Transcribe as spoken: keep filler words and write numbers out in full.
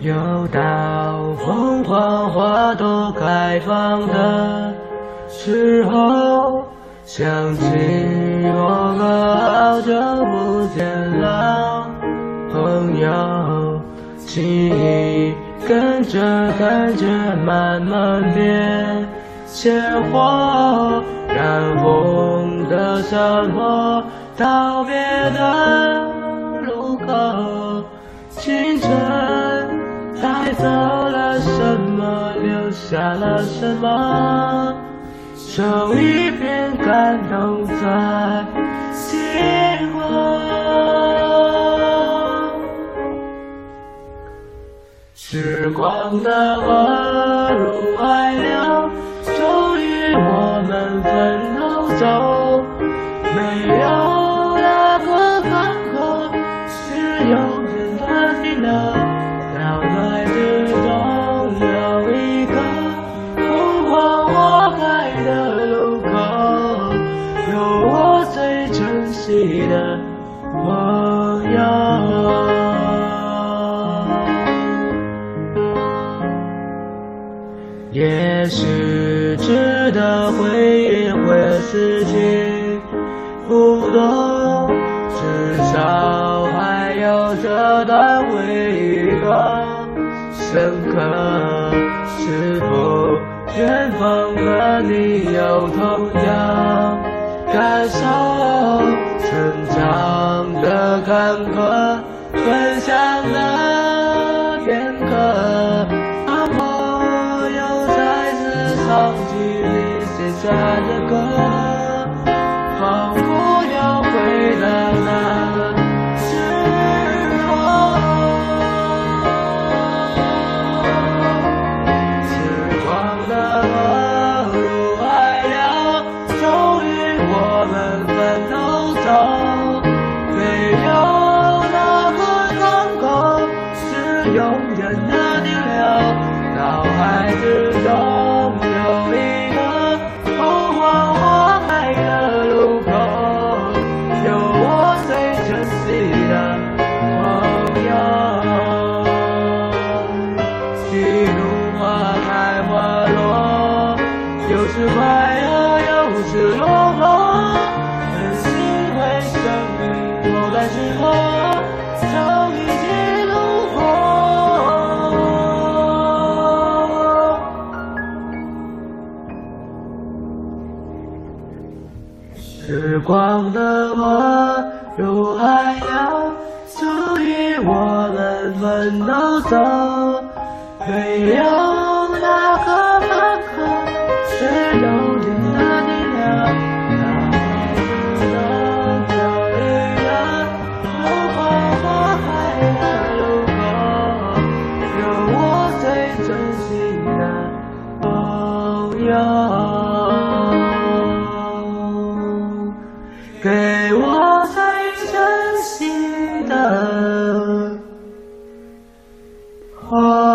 又到凤凰花朵开放的时候，想起我个好久不见老朋友，记忆跟着感觉慢慢变鲜活，染红的山坡，道别的路口，青春带走了什么，留下了什么，手一片感动在心窝。时光的河入海流，终于我们分头走，没有那个港口是永远的停留，脑海之中有一个凤凰花开的路口，有我最珍惜的朋友。也许值得回忆会事情不多，至少还有这段回忆更深刻。是否远方和你有同样感受？成长的坎坷，分享的片刻，唱起你写下的歌，仿佛又回到那个时候。时光的河入海流，终于我们分头走，没有那个港口是永远的停留，脑海之中有一个凤凰花开的路口，有我最珍惜的朋友。一路花开花落，有时快乐，有时落寞，很欣慰生命某段时刻曾一起路过。时光的河入海流，终于我们分头走，没有那个港口是永远的停留。有一个凤凰花开的路口，有我最珍惜的朋友。给我最珍惜的朋友。